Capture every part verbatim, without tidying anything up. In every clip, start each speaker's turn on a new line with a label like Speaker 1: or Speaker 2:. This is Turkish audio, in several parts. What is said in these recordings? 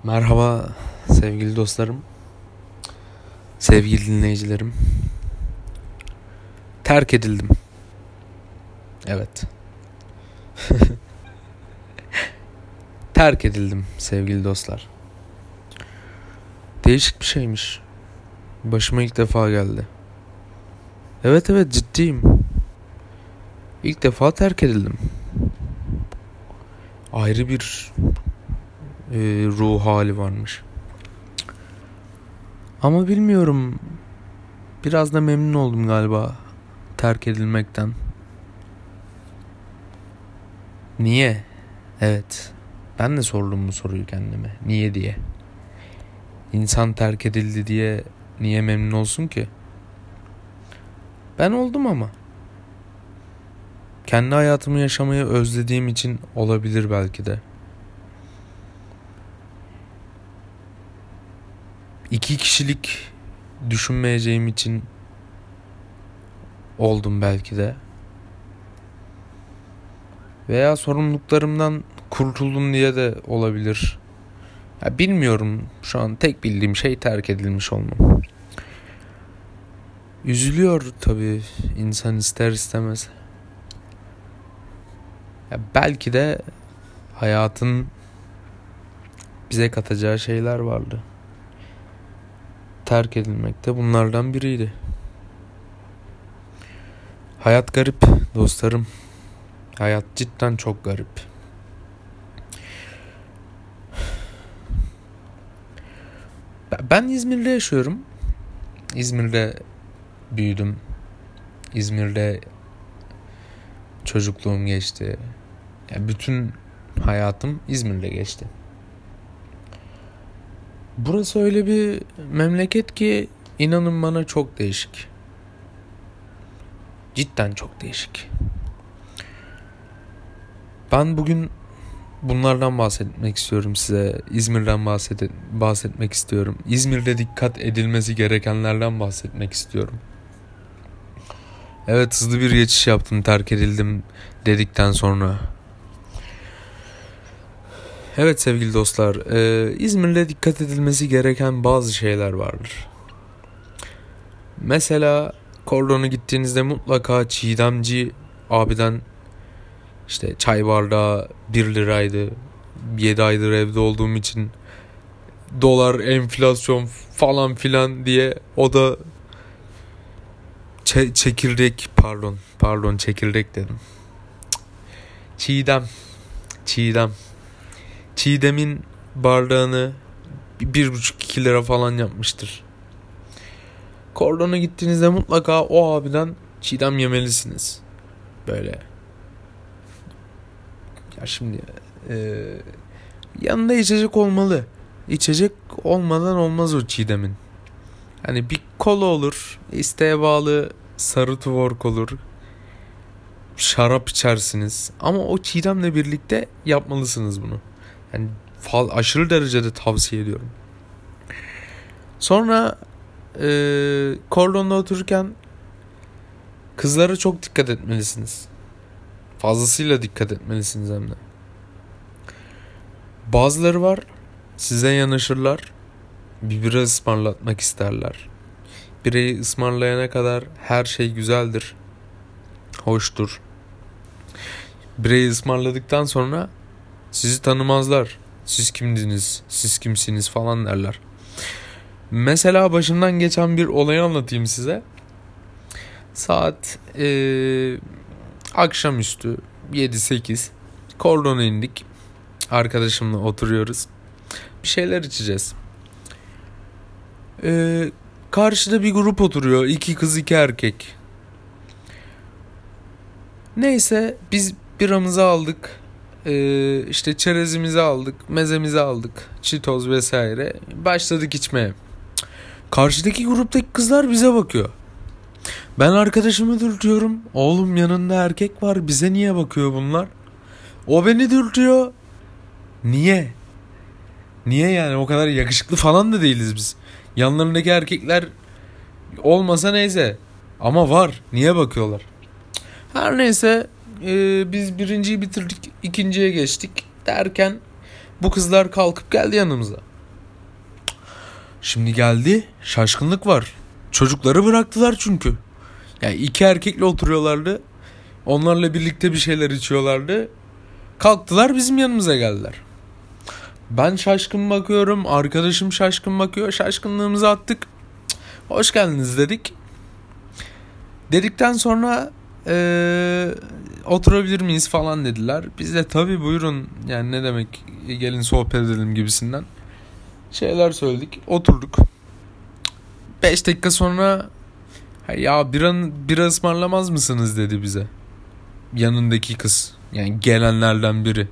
Speaker 1: Merhaba sevgili dostlarım, sevgili dinleyicilerim. Terk edildim. Evet. Terk edildim sevgili dostlar. Değişik bir şeymiş. Başıma ilk defa geldi. Evet evet ciddiyim. İlk defa terk edildim. Ayrı bir e, ruh hali varmış. Ama bilmiyorum. Biraz da memnun oldum galiba terk edilmekten. Niye? Evet. Ben de sordum bu soruyu kendime. Niye diye. İnsan terk edildi diye niye memnun olsun ki? Ben oldum ama. Kendi hayatımı yaşamayı özlediğim için olabilir belki de. İki kişilik düşünmeyeceğim için oldum belki de. Veya sorumluluklarımdan kurtuldum diye de olabilir. Ya bilmiyorum, şu an tek bildiğim şey terk edilmiş olmam. Üzülüyor tabii insan ister istemez. Ya belki de hayatın bize katacağı şeyler vardı. Terk edilmek de bunlardan biriydi. Hayat garip dostlarım. Hayat cidden çok garip. Ben İzmir'de yaşıyorum. İzmir'de büyüdüm. İzmir'de çocukluğum geçti. Yani bütün hayatım İzmir'de geçti. Burası öyle bir memleket ki inanın bana çok değişik. Cidden çok değişik. Ben bugün bunlardan bahsetmek istiyorum size. İzmir'den bahset bahsetmek istiyorum. İzmir'de dikkat edilmesi gerekenlerden bahsetmek istiyorum. Evet, hızlı bir geçiş yaptım terk edildim dedikten sonra. Evet sevgili dostlar, e, İzmir'de dikkat edilmesi gereken bazı şeyler vardır. Mesela kordona gittiğinizde mutlaka Çiğdemci abiden işte çay bardağı bir liraydı. yedi aydır evde olduğum için dolar, enflasyon falan filan diye o da Ç- çekirdek pardon pardon çekirdek dedim. Çiğdem Çiğdem Çiğdem'in bardağını bir buçuk iki lira falan yapmıştır. Kordona gittiğinizde mutlaka o abiden Çiğdem yemelisiniz. Böyle. Ya şimdi e, yanında içecek olmalı. İçecek olmadan olmaz o Çiğdem'in. Hani bir kola olur, isteğe bağlı sarı tuvork olur, şarap içersiniz. Ama o Çiğdem'le birlikte yapmalısınız bunu. Yani fal, aşırı derecede tavsiye ediyorum. Sonra e, kordonda otururken kızlara çok dikkat etmelisiniz. Fazlasıyla dikkat etmelisiniz hem de. Bazıları var, size yanaşırlar, bir bira ısmarlatmak isterler. Birayı ısmarlayana kadar her şey güzeldir, hoştur. Birayı ısmarladıktan sonra sizi tanımazlar. Siz kimdiniz, siz kimsiniz falan derler. Mesela başımdan geçen bir olayı anlatayım size. Saat ee, akşamüstü yedi sekiz, kordona indik. Arkadaşımla oturuyoruz. Bir şeyler içeceğiz. Ee, karşıda bir grup oturuyor. İki kız iki erkek. Neyse biz biramızı aldık. Ee, işte çerezimizi aldık. Mezemizi aldık. Çitoz vesaire. Başladık içmeye. Karşıdaki gruptaki kızlar bize bakıyor. Ben arkadaşımı dürtüyorum. Oğlum yanında erkek var. Bize niye bakıyor bunlar? O beni dürtüyor. Niye? Niye yani, o kadar yakışıklı falan da değiliz biz. Yanlarındaki erkekler olmasa neyse. Ama var. Niye bakıyorlar? Her neyse e, biz birinciyi bitirdik. İkinciye geçtik. Derken bu kızlar kalkıp geldi yanımıza. Şimdi geldi, şaşkınlık var. Çocukları bıraktılar çünkü. Yani iki erkekle oturuyorlardı. Onlarla birlikte bir şeyler içiyorlardı. Kalktılar, bizim yanımıza geldiler. Ben şaşkın bakıyorum, arkadaşım şaşkın bakıyor. Şaşkınlığımızı attık. Cık, hoş geldiniz dedik. Dedikten sonra ee, oturabilir miyiz falan dediler. Biz de tabii buyurun, yani ne demek, gelin sohbet edelim gibisinden şeyler söyledik. Oturduk. Beş dakika sonra ya bira, bira ısmarlamaz mısınız dedi bize. Yanındaki kız, yani gelenlerden biri.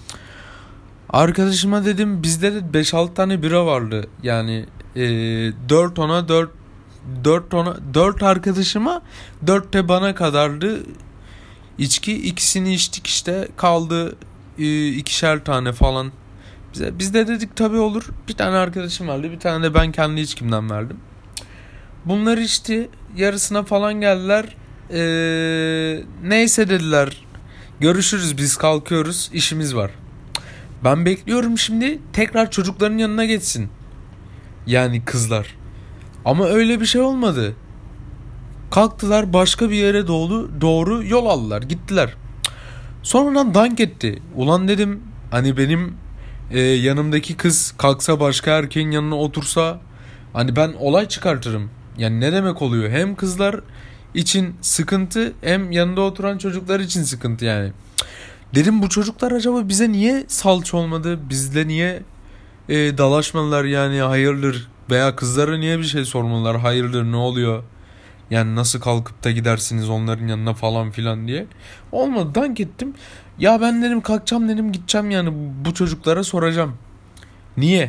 Speaker 1: Arkadaşıma dedim, bizde de beş altı tane bira vardı. Yani e, dört ona dört dört ona dört arkadaşıma dört de bana kadardı. İçki, ikisini içtik işte, kaldı e, ikişer tane falan. Bize biz de dedik tabii olur. Bir tane arkadaşım vardı, bir tane de ben kendi içkimden verdim. Bunlar içti, yarısına falan geldiler. Ee, neyse dediler. Görüşürüz, biz kalkıyoruz, işimiz var. Ben bekliyorum şimdi tekrar çocukların yanına geçsin. Yani kızlar. Ama öyle bir şey olmadı. Kalktılar, başka bir yere doğru, doğru yol aldılar, gittiler. Sonradan dank etti. Ulan dedim, hani benim e, yanımdaki kız kalksa başka erkeğin yanına otursa, hani ben olay çıkartırım. Yani ne demek oluyor? Hem kızlar için sıkıntı, hem yanında oturan çocuklar için sıkıntı yani. Dedim, bu çocuklar acaba bize niye salça olmadı? Bizle niye e, dalaşmadılar yani, hayırdır? Veya kızlara niye bir şey sormadılar? Hayırdır, ne oluyor? Yani nasıl kalkıp da gidersiniz onların yanına falan filan diye. Olmadı, dank ettim. Ya ben dedim kalkacağım, dedim gideceğim yani bu çocuklara soracağım. Niye?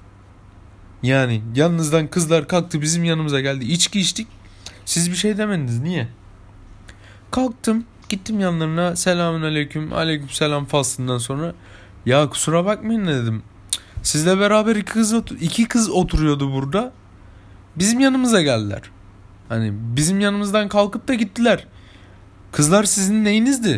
Speaker 1: Yani yanınızdan kızlar kalktı, bizim yanımıza geldi. İçki içtik. Siz bir şey demediniz. Niye? Kalktım. Gittim yanlarına. Selamün aleyküm. Aleyküm selam faslından sonra. Ya kusura bakmayın dedim. Sizle beraber iki kız, iki kız oturuyordu burada. Bizim yanımıza geldiler. Hani bizim yanımızdan kalkıp da gittiler. Kızlar sizin neyinizdi?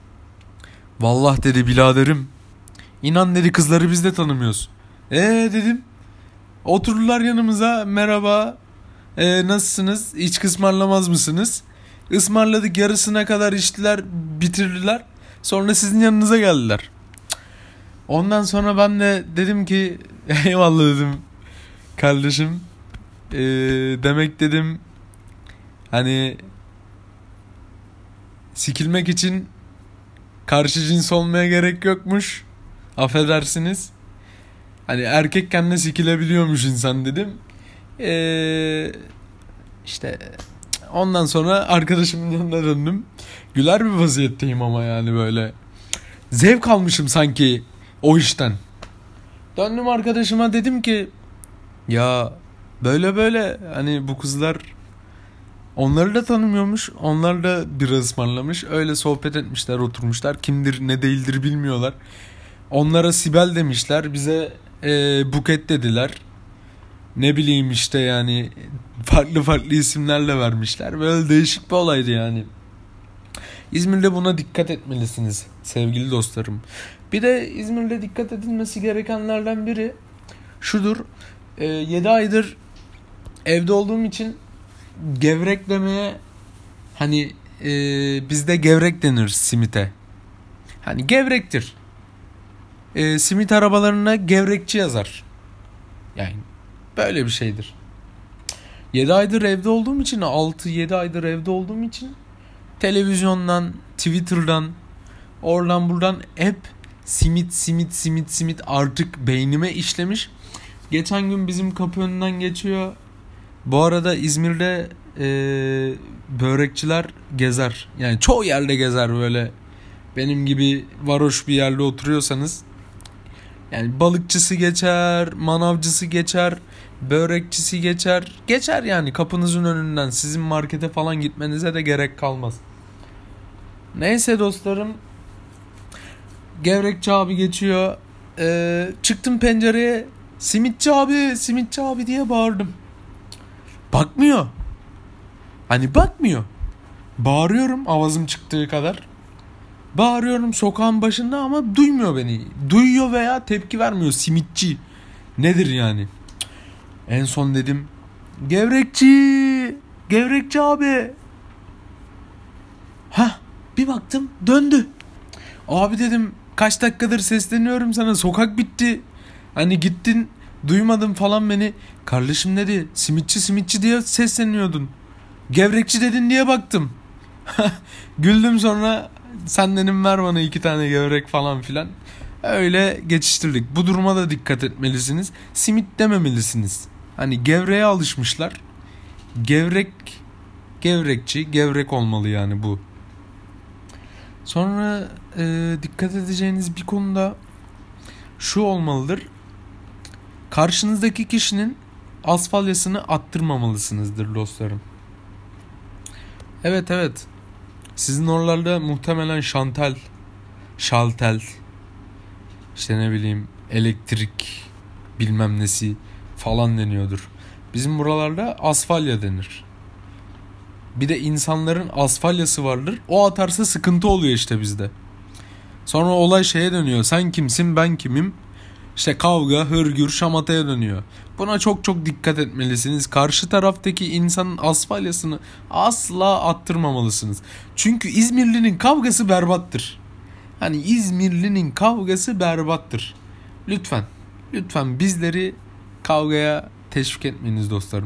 Speaker 1: Vallahi dedi biraderim. İnan dedi, kızları biz de tanımıyoruz. Eee dedim. Oturdular yanımıza, merhaba, ee, nasılsınız, içki ısmarlamaz mısınız? Ismarladık, yarısına kadar içtiler, bitirdiler. Sonra sizin yanınıza geldiler. Ondan sonra ben de dedim ki eyvallah dedim kardeşim. Ee, demek dedim hani sikilmek için karşı cins olmaya gerek yokmuş. Affedersiniz. Hani erkekken de sikilebiliyormuş insan dedim. Ee, işte ondan sonra arkadaşımın yanına döndüm. Güler bir vaziyetteyim ama yani böyle. Zevk almışım sanki o işten. Döndüm arkadaşıma, dedim ki ya böyle böyle hani bu kızlar onları da tanımıyormuş. Onlar da bira ısmarlamış. Öyle sohbet etmişler, oturmuşlar. Kimdir ne değildir bilmiyorlar. Onlara Sibel demişler. Bize e, Buket dediler. Ne bileyim işte yani farklı farklı isimlerle vermişler. Böyle değişik bir olaydı yani. İzmir'de buna dikkat etmelisiniz sevgili dostlarım. Bir de İzmir'de dikkat edilmesi gerekenlerden biri şudur. E, yedi aydır evde olduğum için gevrek demeye, hani e, bizde gevrek denir simite. Hani gevrektir. E, simit arabalarına gevrekçi yazar. Yani böyle bir şeydir. yedi aydır evde olduğum için, altı yedi aydır evde olduğum için televizyondan, Twitter'dan, oradan buradan hep simit simit simit simit artık beynime işlemiş. Geçen gün bizim kapı önünden geçiyor. Bu arada İzmir'de e, börekçiler gezer. Yani çoğu yerde gezer böyle. Benim gibi varoş bir yerde oturuyorsanız. Yani balıkçısı geçer, manavcısı geçer, börekçisi geçer. Geçer yani kapınızın önünden. Sizin markete falan gitmenize de gerek kalmaz. Neyse dostlarım. Gevrekçi abi geçiyor. Ee, çıktım pencereye. Simitçi abi, simitçi abi diye bağırdım. Bakmıyor. Hani bakmıyor. Bağırıyorum avazım çıktığı kadar. Bağırıyorum sokağın başında ama duymuyor beni. Duyuyor veya tepki vermiyor. Simitçi. Nedir yani? En son dedim gevrekçi, gevrekçi abi. Hah, bir baktım döndü. Abi dedim kaç dakikadır sesleniyorum sana, sokak bitti. Hani gittin duymadın falan beni. Kardeşim dedi, simitçi simitçi diye sesleniyordun. Gevrekçi dedin diye baktım. Güldüm sonra, sen dedim ver bana iki tane gevrek falan filan. Öyle geçiştirdik. Bu duruma da dikkat etmelisiniz. Simit dememelisiniz. Hani gevreğe alışmışlar. Gevrek, gevrekçi, gevrek olmalı yani bu. Sonra e, dikkat edeceğiniz bir konuda şu olmalıdır. Karşınızdaki kişinin asfalyasını attırmamalısınızdır dostlarım. Evet evet. Sizin oralarda muhtemelen şantel, şaltel, işte ne bileyim elektrik bilmem nesi falan deniyordur. Bizim buralarda asfalya denir. Bir de insanların asfalyası vardır. O atarsa sıkıntı oluyor işte bizde. Sonra olay şeye dönüyor. Sen kimsin, ben kimim? İşte kavga, hırgür, şamataya dönüyor. Buna çok çok dikkat etmelisiniz. Karşı taraftaki insanın asfalyasını asla attırmamalısınız. Çünkü İzmirlinin kavgası berbattır. Hani İzmirlinin kavgası berbattır. Lütfen, lütfen bizleri kavgaya teşvik etmeyiniz dostlarım.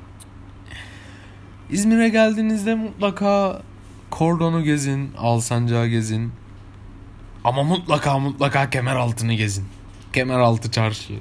Speaker 1: İzmir'e geldiğinizde mutlaka Kordon'u gezin, Alsancak'ı gezin. Ama mutlaka mutlaka Kemeraltı'nı gezin. Kemeraltı çarşı.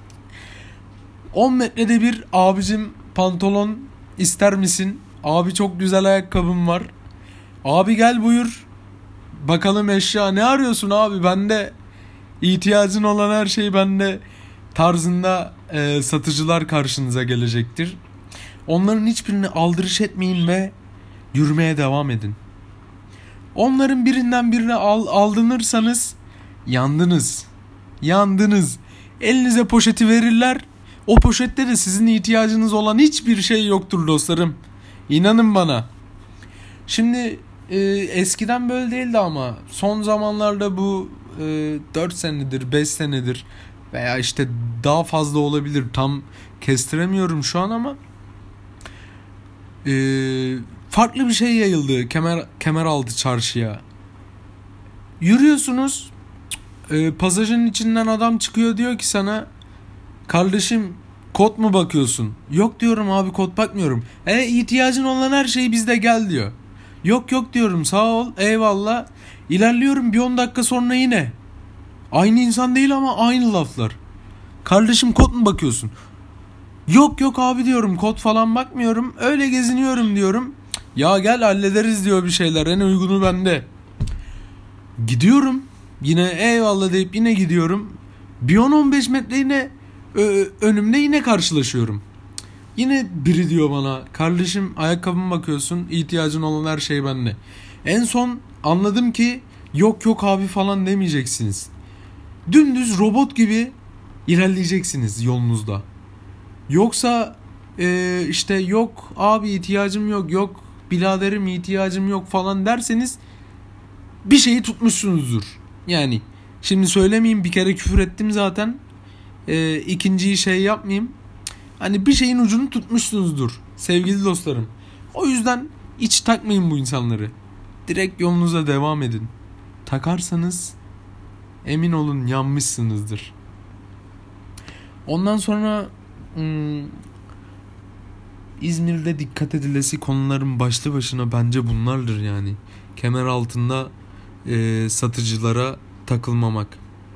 Speaker 1: on metrede bir abicim pantolon ister misin? Abi çok güzel ayakkabım var. Abi gel buyur. Bakalım eşya ne arıyorsun abi? Bende ihtiyacın olan her şey bende tarzında e, satıcılar karşınıza gelecektir. Onların hiçbirini aldırış etmeyin ve yürümeye devam edin. Onların birinden birine al, aldınırsanız yandınız. Yandınız. Elinize poşeti verirler. O poşette de sizin ihtiyacınız olan hiçbir şey yoktur dostlarım. İnanın bana. Şimdi e, eskiden böyle değildi ama son zamanlarda bu e, dört senedir, beş senedir veya işte daha fazla olabilir. Tam kestiremiyorum şu an ama e, farklı bir şey yayıldı Kemer Kemeraltı çarşıya. Yürüyorsunuz. E, pasajın içinden adam çıkıyor, diyor ki sana kardeşim kod mu bakıyorsun? Yok diyorum abi, kod bakmıyorum. E ihtiyacın olan her şey bizde, gel diyor. Yok yok diyorum, sağ ol eyvallah. İlerliyorum, bir on dakika sonra yine. Aynı insan değil ama aynı laflar. Kardeşim kod mu bakıyorsun? Yok yok abi diyorum, kod falan bakmıyorum. Öyle geziniyorum diyorum. Ya gel hallederiz diyor bir şeyler, en uygunu bende. Gidiyorum. Yine eyvallah deyip yine gidiyorum. Bir on on beş metre yine ö- önümde yine karşılaşıyorum. Yine biri diyor bana kardeşim ayakkabıma bakıyorsun, ihtiyacın olan her şey bende. En son anladım ki yok yok abi falan demeyeceksiniz. Dümdüz robot gibi ilerleyeceksiniz yolunuzda. Yoksa e, işte yok abi ihtiyacım yok, yok biraderim ihtiyacım yok falan derseniz bir şeyi tutmuşsunuzdur. Yani şimdi söylemeyeyim, bir kere küfür ettim zaten. E, ikinciyi şey yapmayayım. Hani bir şeyin ucunu tutmuşsunuzdur sevgili dostlarım. O yüzden hiç takmayın bu insanları. Direkt yolunuza devam edin. Takarsanız emin olun yanmışsınızdır. Ondan sonra hmm, İzmir'de dikkat edilesi konuların başlı başına bence bunlardır yani. Kemer altında e, satıcılara takılmamak.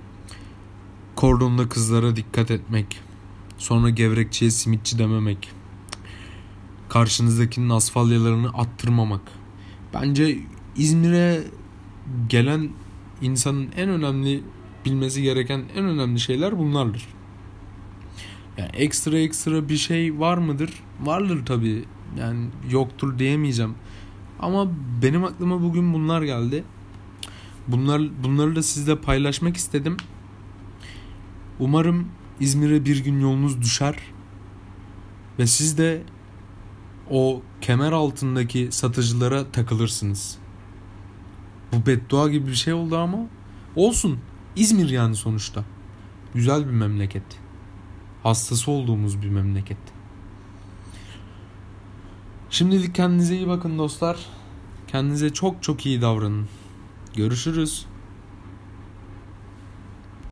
Speaker 1: Kordonda kızlara dikkat etmek. Sonra gevrekçiye simitçi dememek. Karşınızdakinin asfalyalarını attırmamak. Bence İzmir'e gelen insanın en önemli bilmesi gereken en önemli şeyler bunlardır. Yani ekstra ekstra bir şey var mıdır? Vardır tabii. Yani yoktur diyemeyeceğim. Ama benim aklıma bugün bunlar geldi. Bunlar bunları da sizle paylaşmak istedim. Umarım İzmir'e bir gün yolunuz düşer ve siz de o kemer altındaki satıcılara takılırsınız. Bu beddua gibi bir şey oldu ama olsun. İzmir yani sonuçta. Güzel bir memleket. hastası olduğumuz bir memleket. Şimdilik kendinize iyi bakın dostlar. Kendinize çok çok iyi davranın. Görüşürüz.